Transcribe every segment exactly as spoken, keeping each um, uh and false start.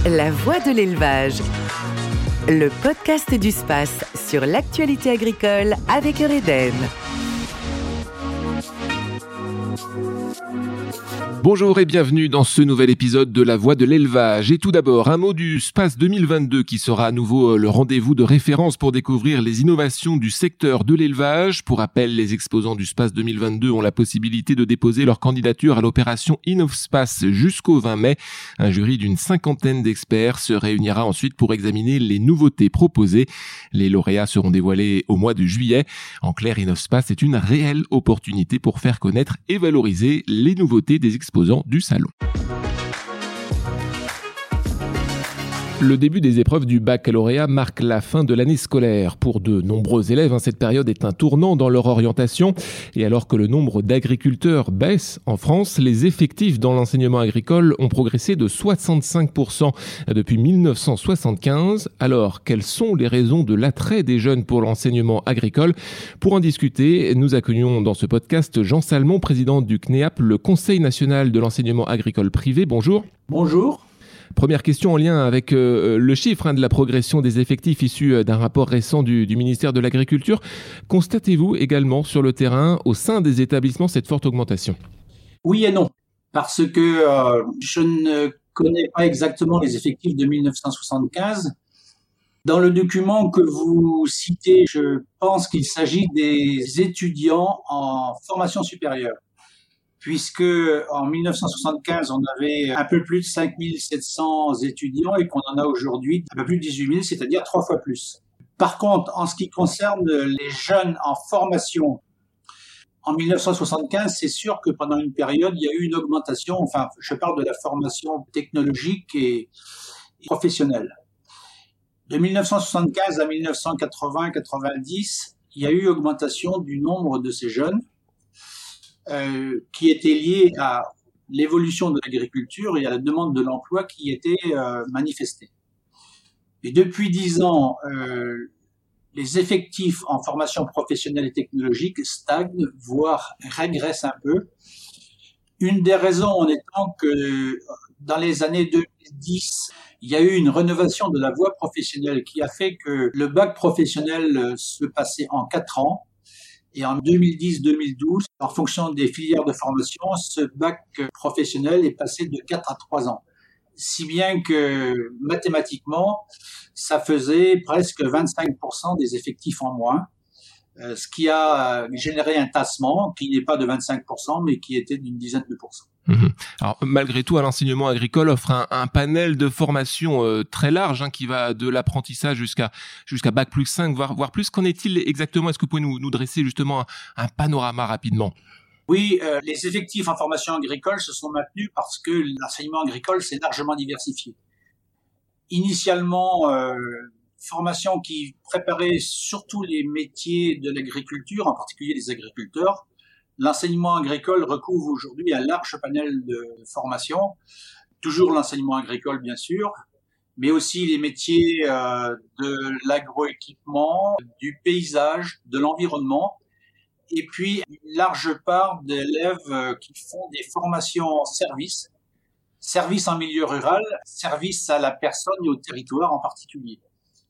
La voix de l'élevage, le podcast du S P A C sur l'actualité agricole avec Eureden. Bonjour et bienvenue dans ce nouvel épisode de La Voix de l'élevage. Et tout d'abord, un mot du S P A C deux mille vingt-deux qui sera à nouveau le rendez-vous de référence pour découvrir les innovations du secteur de l'élevage. Pour rappel, les exposants du S P A C deux mille vingt-deux ont la possibilité de déposer leur candidature à l'opération InnovSpace jusqu'au vingt mai. Un jury d'une cinquantaine d'experts se réunira ensuite pour examiner les nouveautés proposées. Les lauréats seront dévoilés au mois de juillet. En clair, InnovSpace est une réelle opportunité pour faire connaître et valoriser les nouveautés des exposants du salon. Le début des épreuves du baccalauréat marque la fin de l'année scolaire. Pour de nombreux élèves, cette période est un tournant dans leur orientation. Et alors que le nombre d'agriculteurs baisse en France, les effectifs dans l'enseignement agricole ont progressé de soixante-cinq pour cent depuis dix-neuf cent soixante-quinze. Alors, quelles sont les raisons de l'attrait des jeunes pour l'enseignement agricole ? Pour en discuter, nous accueillons dans ce podcast Jean Salmon, président du C N E A P, le Conseil national de l'enseignement agricole privé. Bonjour. Bonjour. Première question en lien avec euh, le chiffre hein, de la progression des effectifs issu d'un rapport récent du, du ministère de l'Agriculture. Constatez-vous également sur le terrain, au sein des établissements, cette forte augmentation ? Oui et non, parce que euh, je ne connais pas exactement les effectifs de dix-neuf cent soixante-quinze. Dans le document que vous citez, je pense qu'il s'agit des étudiants en formation supérieure. Puisque en dix-neuf cent soixante-quinze, on avait un peu plus de cinq mille sept cents étudiants et qu'on en a aujourd'hui un peu plus de dix-huit mille, c'est-à-dire trois fois plus. Par contre, en ce qui concerne les jeunes en formation, en dix-neuf cent soixante-quinze, c'est sûr que pendant une période, il y a eu une augmentation, enfin, je parle de la formation technologique et professionnelle. De dix-neuf cent soixante-quinze à dix-neuf cent quatre-vingts quatre-vingt-dix, il y a eu augmentation du nombre de ces jeunes. Euh, qui était lié à l'évolution de l'agriculture et à la demande de l'emploi qui était euh, manifestée. Et depuis dix ans, euh, les effectifs en formation professionnelle et technologique stagnent, voire régressent un peu. Une des raisons en étant que dans les années deux mille dix, il y a eu une rénovation de la voie professionnelle qui a fait que le bac professionnel se passait en quatre ans. Et en deux mille dix deux mille douze, en fonction des filières de formation, ce bac professionnel est passé de quatre à trois ans. Si bien que mathématiquement, ça faisait presque vingt-cinq pour cent des effectifs en moins, ce qui a généré un tassement qui n'est pas de vingt-cinq pour cent, mais qui était d'une dizaine de pourcents. Mmh. Alors malgré tout, l'enseignement agricole offre un, un panel de formation euh, très large hein, qui va de l'apprentissage jusqu'à jusqu'à bac plus cinq, voire, voire plus. Qu'en est-il exactement ? Est-ce que vous pouvez nous, nous dresser justement un, un panorama rapidement ? Oui, euh, les effectifs en formation agricole se sont maintenus parce que l'enseignement agricole s'est largement diversifié. Initialement, euh, formation qui préparait surtout les métiers de l'agriculture, en particulier les agriculteurs. L'enseignement agricole recouvre aujourd'hui un large panel de formations, toujours l'enseignement agricole bien sûr, mais aussi les métiers euh, de l'agroéquipement, du paysage, de l'environnement, et puis une large part d'élèves euh, qui font des formations en service, service en milieu rural, service à la personne et au territoire en particulier.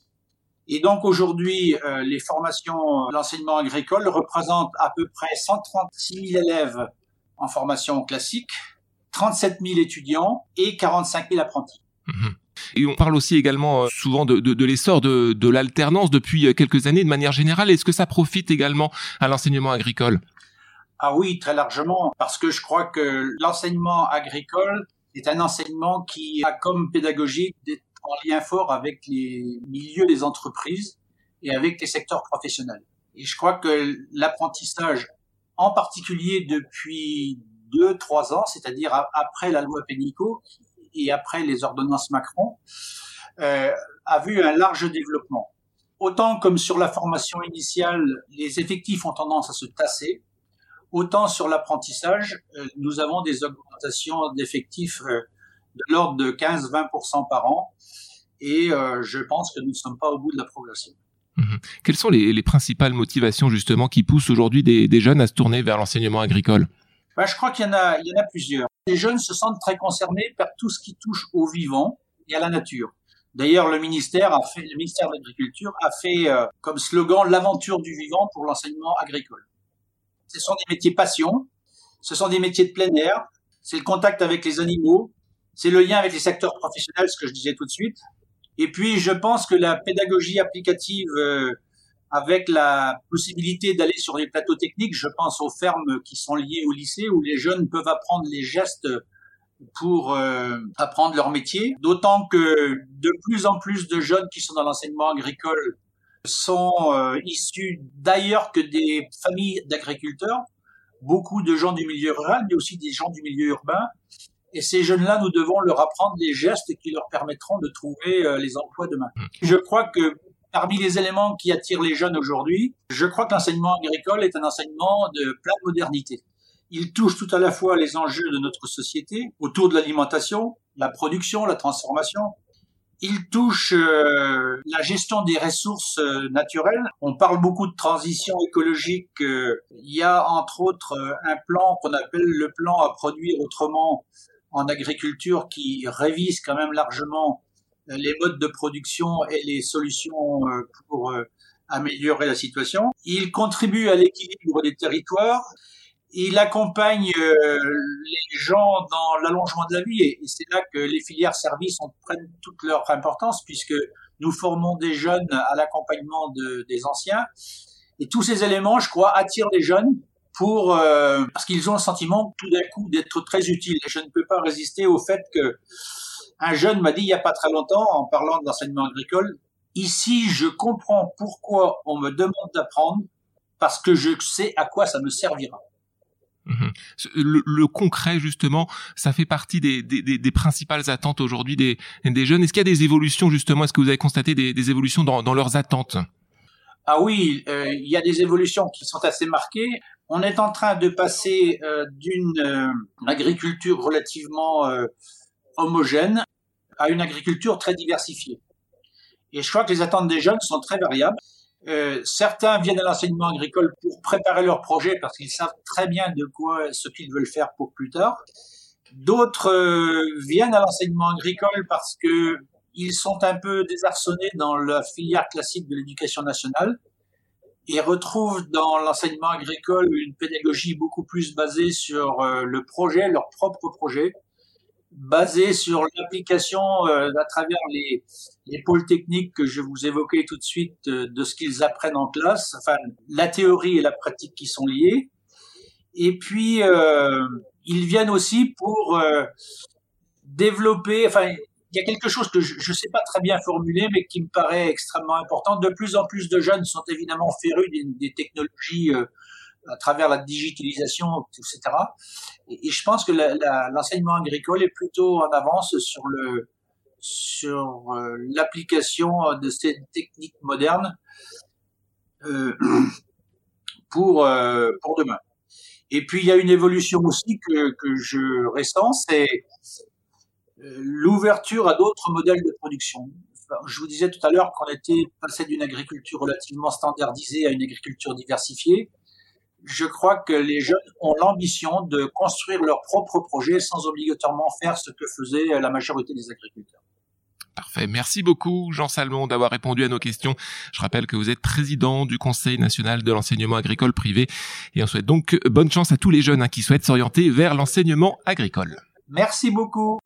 Et donc aujourd'hui, euh, les formations de l'enseignement agricole représentent à peu près cent trente-six mille élèves en formation classique, trente-sept mille étudiants et quarante-cinq mille apprentis. Mmh. Et on parle aussi également euh, souvent de, de, de l'essor de, de l'alternance depuis quelques années de manière générale. Est-ce que ça profite également à l'enseignement agricole ? Ah oui, très largement, parce que je crois que l'enseignement agricole est un enseignement qui a comme pédagogie d'être en lien fort avec les milieux des entreprises et avec les secteurs professionnels. Et je crois que l'apprentissage, en particulier depuis deux, trois ans, c'est-à-dire après la loi Pénicaud et après les ordonnances Macron, euh, a vu un large développement. Autant comme sur la formation initiale, les effectifs ont tendance à se tasser, autant sur l'apprentissage, euh, nous avons des augmentations d'effectifs euh, de l'ordre de quinze à vingt pour cent par an. Et euh, je pense que nous ne sommes pas au bout de la progression. Mmh. Quelles sont les, les principales motivations justement qui poussent aujourd'hui des, des jeunes à se tourner vers l'enseignement agricole ? Ben, je crois qu'il y en a, il y en a plusieurs. Les jeunes se sentent très concernés par tout ce qui touche au vivant et à la nature. D'ailleurs, le ministère a fait, le ministère de l'Agriculture a fait euh, comme slogan l'aventure du vivant pour l'enseignement agricole. Ce sont des métiers passion, ce sont des métiers de plein air, c'est le contact avec les animaux, c'est le lien avec les secteurs professionnels, ce que je disais tout de suite. Et puis, je pense que la pédagogie applicative, euh, avec la possibilité d'aller sur les plateaux techniques, je pense aux fermes qui sont liées au lycée, où les jeunes peuvent apprendre les gestes pour euh, apprendre leur métier. D'autant que de plus en plus de jeunes qui sont dans l'enseignement agricole sont euh, issus d'ailleurs que des familles d'agriculteurs, beaucoup de gens du milieu rural, mais aussi des gens du milieu urbain. Et ces jeunes-là, nous devons leur apprendre des gestes qui leur permettront de trouver euh, les emplois demain. Je crois que parmi les éléments qui attirent les jeunes aujourd'hui, je crois que l'enseignement agricole est un enseignement de pleine modernité. Il touche tout à la fois les enjeux de notre société, autour de l'alimentation, la production, la transformation. Il touche euh, la gestion des ressources euh, naturelles. On parle beaucoup de transition écologique. Euh, il y a entre autres euh, un plan qu'on appelle le plan à produire autrement en agriculture qui révise quand même largement euh, les modes de production et les solutions euh, pour euh, améliorer la situation. Il contribue à l'équilibre des territoires. Il accompagne euh, les gens dans l'allongement de la vie et, et c'est là que les filières services ont, prennent toute leur importance puisque nous formons des jeunes à l'accompagnement de, des anciens. Et tous ces éléments, je crois, attirent les jeunes pour euh, parce qu'ils ont le sentiment tout d'un coup d'être très utiles. Et je ne peux pas résister au fait que un jeune m'a dit il n'y a pas très longtemps, en parlant de l'enseignement agricole, ici je comprends pourquoi on me demande d'apprendre parce que je sais à quoi ça me servira. Le, le concret, justement, ça fait partie des, des, des principales attentes aujourd'hui des, des jeunes. Est-ce qu'il y a des évolutions, justement? Est-ce que vous avez constaté des, des évolutions dans, dans leurs attentes? Ah oui, euh, il y a des évolutions qui sont assez marquées. On est en train de passer euh, d'une euh, agriculture relativement euh, homogène à une agriculture très diversifiée. Et je crois que les attentes des jeunes sont très variables. Euh, certains viennent à l'enseignement agricole pour préparer leur projet parce qu'ils savent très bien de quoi ce qu'ils veulent faire pour plus tard. D'autres euh, viennent à l'enseignement agricole parce que ils sont un peu désarçonnés dans la filière classique de l'éducation nationale et retrouvent dans l'enseignement agricole une pédagogie beaucoup plus basée sur euh, le projet, leur propre projet, basé sur l'application euh, à travers les, les pôles techniques que je vous évoquais tout de suite euh, de ce qu'ils apprennent en classe, enfin la théorie et la pratique qui sont liées. Et puis euh, ils viennent aussi pour euh, développer, enfin il y a quelque chose que je ne sais pas très bien formuler, mais qui me paraît extrêmement important. De plus en plus de jeunes sont évidemment férus des, des technologies euh, à travers la digitalisation, et cetera. Et, et je pense que la, la, l'enseignement agricole est plutôt en avance sur le sur euh, l'application de ces techniques modernes euh, pour euh, pour demain. Et puis il y a une évolution aussi que que je ressens, c'est euh, l'ouverture à d'autres modèles de production. Enfin, je vous disais tout à l'heure qu'on était passé d'une agriculture relativement standardisée à une agriculture diversifiée. Je crois que les jeunes ont l'ambition de construire leur propre projet sans obligatoirement faire ce que faisait la majorité des agriculteurs. Parfait. Merci beaucoup, Jean Salmon, d'avoir répondu à nos questions. Je rappelle que vous êtes président du Conseil national de l'enseignement agricole privé et on souhaite donc bonne chance à tous les jeunes hein, qui souhaitent s'orienter vers l'enseignement agricole. Merci beaucoup.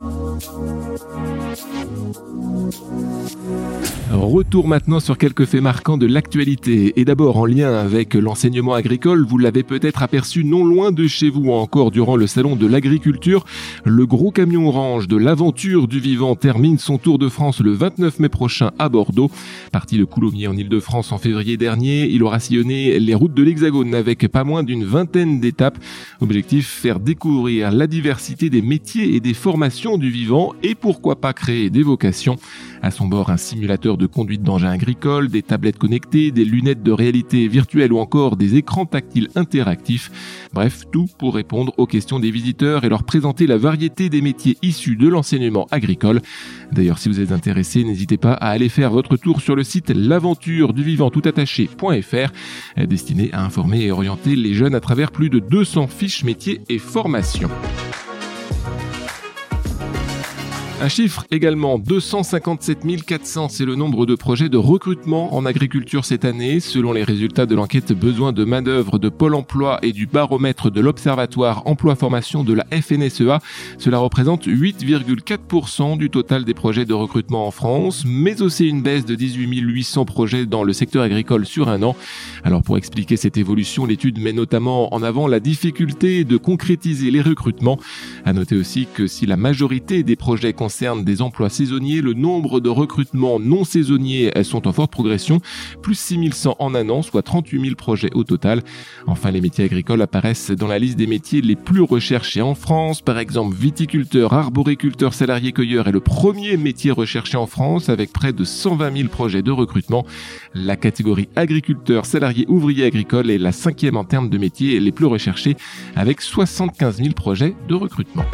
Retour maintenant sur quelques faits marquants de l'actualité. Et d'abord en lien avec l'enseignement agricole, vous l'avez peut-être aperçu non loin de chez vous encore durant le salon de l'agriculture. Le gros camion orange de l'aventure du vivant termine son tour de France le vingt-neuf mai prochain à Bordeaux. Parti de Coulommiers en Ile-de-France en février dernier, il aura sillonné les routes de l'Hexagone avec pas moins d'une vingtaine d'étapes. Objectif, faire découvrir la diversité des métiers et des formations du vivant et pourquoi pas créer des vocations. À son bord, un simulateur de conduite d'engins agricoles, des tablettes connectées, des lunettes de réalité virtuelle ou encore des écrans tactiles interactifs. Bref, tout pour répondre aux questions des visiteurs et leur présenter la variété des métiers issus de l'enseignement agricole. D'ailleurs, si vous êtes intéressé, n'hésitez pas à aller faire votre tour sur le site l'aventure du vivant tout attaché point f r, destiné à informer et orienter les jeunes à travers plus de deux cents fiches métiers et formations. Un chiffre également, deux cent cinquante-sept mille quatre cents, c'est le nombre de projets de recrutement en agriculture cette année. Selon les résultats de l'enquête besoin de main-d'œuvre de Pôle emploi et du baromètre de l'Observatoire emploi-formation de la F N S E A, cela représente huit virgule quatre pour cent du total des projets de recrutement en France, mais aussi une baisse de dix-huit mille huit cents projets dans le secteur agricole sur un an. Alors pour expliquer cette évolution, l'étude met notamment en avant la difficulté de concrétiser les recrutements. À noter aussi que si la majorité des projets concernent des emplois saisonniers, le nombre de recrutements non saisonniers sont en forte progression, plus six mille cent en un an, soit trente-huit mille projets au total. Enfin, les métiers agricoles apparaissent dans la liste des métiers les plus recherchés en France. Par exemple, viticulteur, arboriculteur, salarié cueilleur est le premier métier recherché en France avec près de cent vingt mille projets de recrutement. La catégorie agriculteur, salarié, ouvrier agricole est la cinquième en termes de métiers les plus recherchés avec soixante-quinze mille projets de recrutement.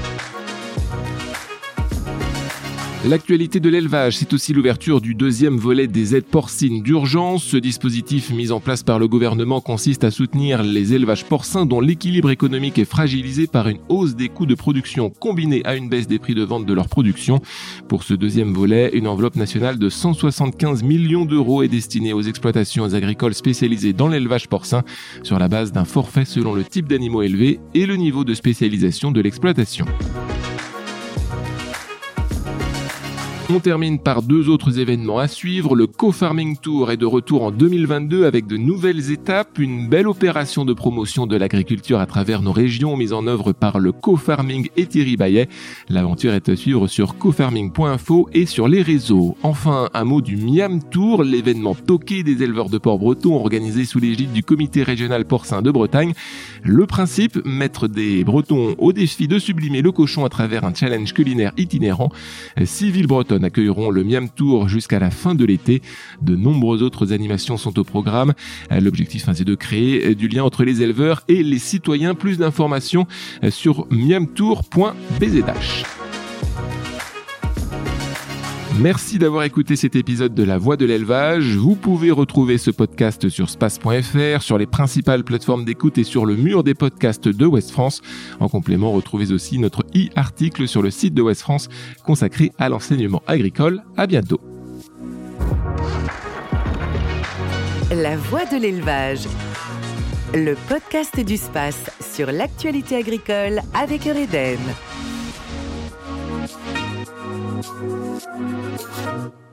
L'actualité de l'élevage, c'est aussi l'ouverture du deuxième volet des aides porcines d'urgence. Ce dispositif mis en place par le gouvernement consiste à soutenir les élevages porcins dont l'équilibre économique est fragilisé par une hausse des coûts de production combinée à une baisse des prix de vente de leur production. Pour ce deuxième volet, une enveloppe nationale de cent soixante-quinze millions d'euros est destinée aux exploitations agricoles spécialisées dans l'élevage porcin sur la base d'un forfait selon le type d'animaux élevés et le niveau de spécialisation de l'exploitation. On termine par deux autres événements à suivre. Le Co-Farming Tour est de retour en deux mille vingt-deux avec de nouvelles étapes, une belle opération de promotion de l'agriculture à travers nos régions mise en œuvre par le Co-Farming et Thierry Bayet. L'aventure est à suivre sur cofarming point info et sur les réseaux. Enfin, un mot du Miam Tour, l'événement toqué des éleveurs de porcs bretons organisé sous l'égide du comité régional porcin de Bretagne. Le principe, mettre des Bretons au défi de sublimer le cochon à travers un challenge culinaire itinérant. Six villes bretonnes accueilleront le Miam Tour jusqu'à la fin de l'été. De nombreuses autres animations sont au programme. L'objectif, c'est de créer du lien entre les éleveurs et les citoyens. Plus d'informations sur miam tour point b z h. Merci d'avoir écouté cet épisode de La Voix de l'élevage. Vous pouvez retrouver ce podcast sur space point f r, sur les principales plateformes d'écoute et sur le mur des podcasts de Ouest France. En complément, retrouvez aussi notre e-article sur le site de Ouest France consacré à l'enseignement agricole. À bientôt. La Voix de l'élevage, le podcast du space sur l'actualité agricole avec Eureden.